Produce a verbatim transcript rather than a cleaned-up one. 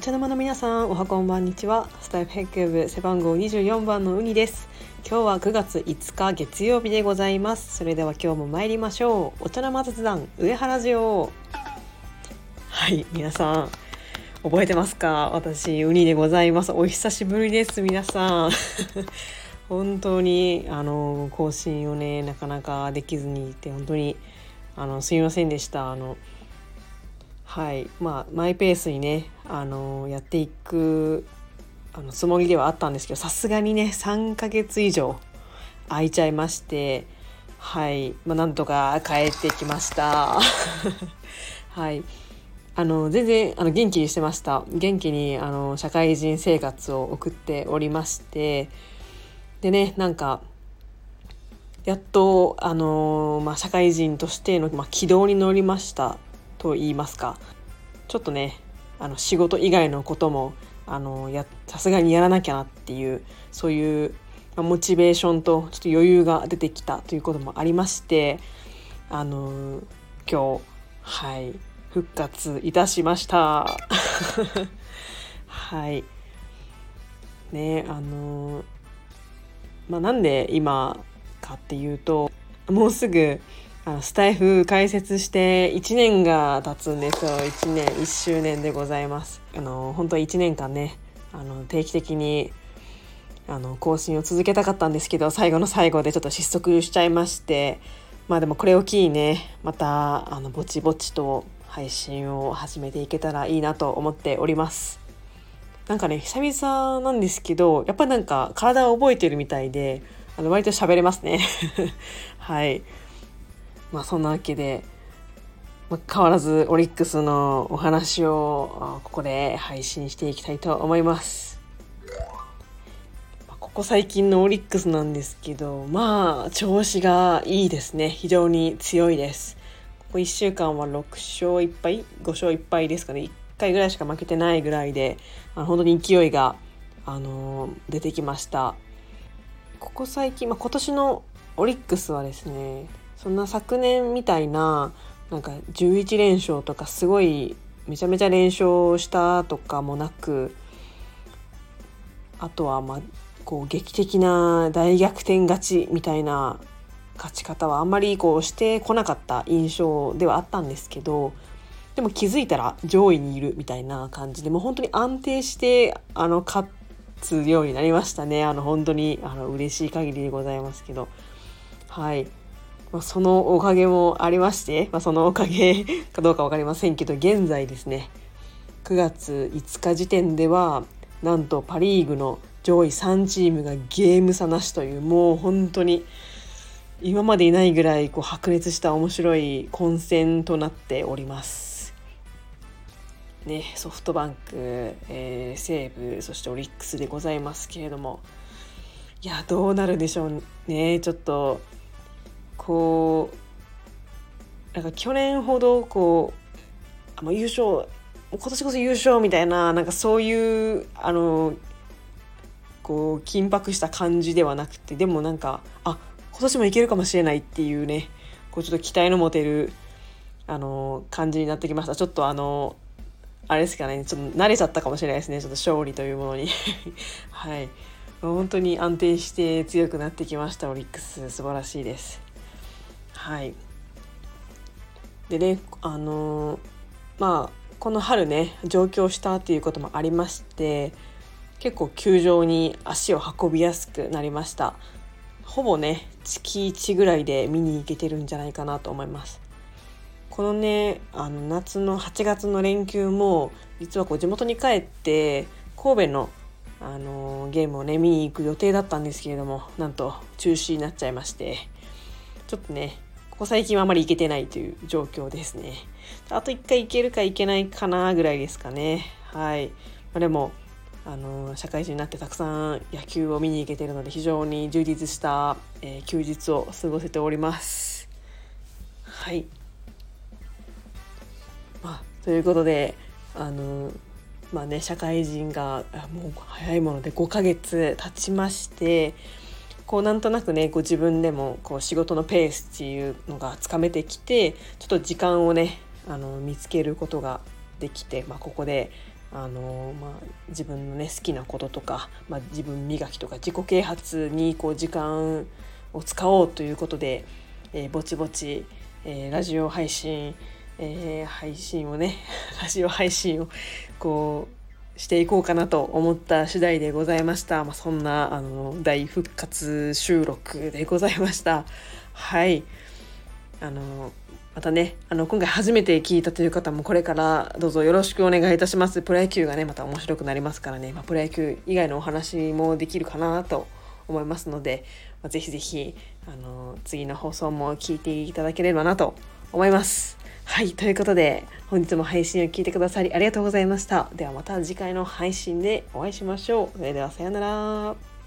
茶の間の皆さん、おはこんばんにちは。スタイフヘック部背番号にじゅうよんばんのウニです。今日はくがついつか月曜日でございます。それでは今日も参りましょう。お茶の間雑談上原城。はい、皆さん覚えてますか？私ウニでございます。お久しぶりです、皆さん。本当にあの更新をねなかなかできずにいて本当にあのすみませんでした。あのはいまあマイペースにねあのやっていくあのつもりではあったんですけど、さすがにねさんかげつ以上空いちゃいまして、はいまあ、なんとか帰ってきました。はいあの全然あの元気にしてました。元気にあの社会人生活を送っておりまして、でねなんかやっとあの、まあ、社会人としての、まあ、軌道に乗りましたと言いますか、ちょっとねあの仕事以外のこともあのやさすがにやらなきゃなっていうそういう、まあ、モチベーションとちょっと余裕が出てきたということもありまして、あの今日はい復活いたしました。はいねあのまあなんで今かっていうと、もうすぐあのスタイフ開設していちねんが経つんですよ。いちねんいっしゅうねんでございます。あの本当はいちねんかんねあの定期的にあの更新を続けたかったんですけど、最後の最後でちょっと失速しちゃいまして、まあでもこれを機にねまたあのぼちぼちと配信を始めていけたらいいなと思っております。なんかね久々なんですけど、やっぱりなんか体を覚えてるみたいであの割と喋れますね。はいまあそんなわけで、まあ、変わらずオリックスのお話をここで配信していきたいと思います。まあ、ここ最近のオリックスなんですけど、まあ調子がいいですね。非常に強いです。ここいっしゅうかんはろくしょういっぱいごしょういっぱいですかね。いっかいぐらいしか負けてないぐらいで、あの本当に勢いが、あのー、出てきました。ここ最近、まあ、今年のオリックスはですね、そんな昨年みたいななんかじゅういちれんしょうとかすごいめちゃめちゃ連勝したとかもなく、あとはまあこう劇的な大逆転勝ちみたいな勝ち方はあんまりこうしてこなかった印象ではあったんですけど、でも気づいたら上位にいるみたいな感じで、もう本当に安定してあの勝つようになりましたね。あの本当にあの嬉しい限りでございますけど、はい、まあ、そのおかげもありまして、まあ、そのおかげかどうか分かりませんけど、現在ですねくがついつか時点ではなんとパリーグの上位さんチームがゲーム差なしという、もう本当に今までいないぐらいこう白熱した面白い混戦となっておりますね。ソフトバンク、えー、西武、そしてオリックスでございますけれども、いやどうなるでしょうね。ちょっとこうなんか去年ほどこうあの優勝今年こそ優勝みたいな、なんかそういうあのこう緊迫した感じではなくて、でもなんかあ今年もいけるかもしれないっていうね、こうちょっと期待の持てるあの感じになってきました。ちょっとあのあれですかね、ちょっと慣れちゃったかもしれないですね、ちょっと勝利というものに。はい本当に安定して強くなってきましたオリックス、素晴らしいです。はいでねあのまあこの春ね上京したっていうこともありまして、結構球場に足を運びやすくなりました。ほぼね月いちぐらいで見に行けてるんじゃないかなと思います。このねあの夏のはちがつの連休も実はこう地元に帰って神戸の、あのー、ゲームをね見に行く予定だったんですけれども、なんと中止になっちゃいまして、ちょっとねここ最近はあまり行けてないという状況ですね。あといっかい行けるか行けないかなぐらいですかね。はい、まあ、でもあの社会人になってたくさん野球を見に行けているので、非常に充実した、えー、休日を過ごせております。はい、まあ、ということであのまあね社会人がもう早いものでごかげつ経ちまして、こうなんとなくねこう自分でもこう仕事のペースっていうのがつかめてきて、ちょっと時間をねあの見つけることができて、まあ、ここであの、まあ、自分のね好きなこととか、まあ、自分磨きとか自己啓発にこう時間を使おうということで、えー、ぼちぼち、えー、ラジオ配信、えー、配信をねラジオ配信をこうしていこうかなと思った次第でございました。まあ、そんなあの大復活収録でございました。はい、あのまたねあの今回初めて聞いたという方もこれからどうぞよろしくお願いいたします。プロ野球がねまた面白くなりますからね、まあ、プロ野球以外のお話もできるかなと思いますので、まあ、ぜひぜひあの次の放送も聞いていただければなと思います。はい、ということで本日も配信を聞いてくださりありがとうございました。ではまた次回の配信でお会いしましょう。それではさようなら。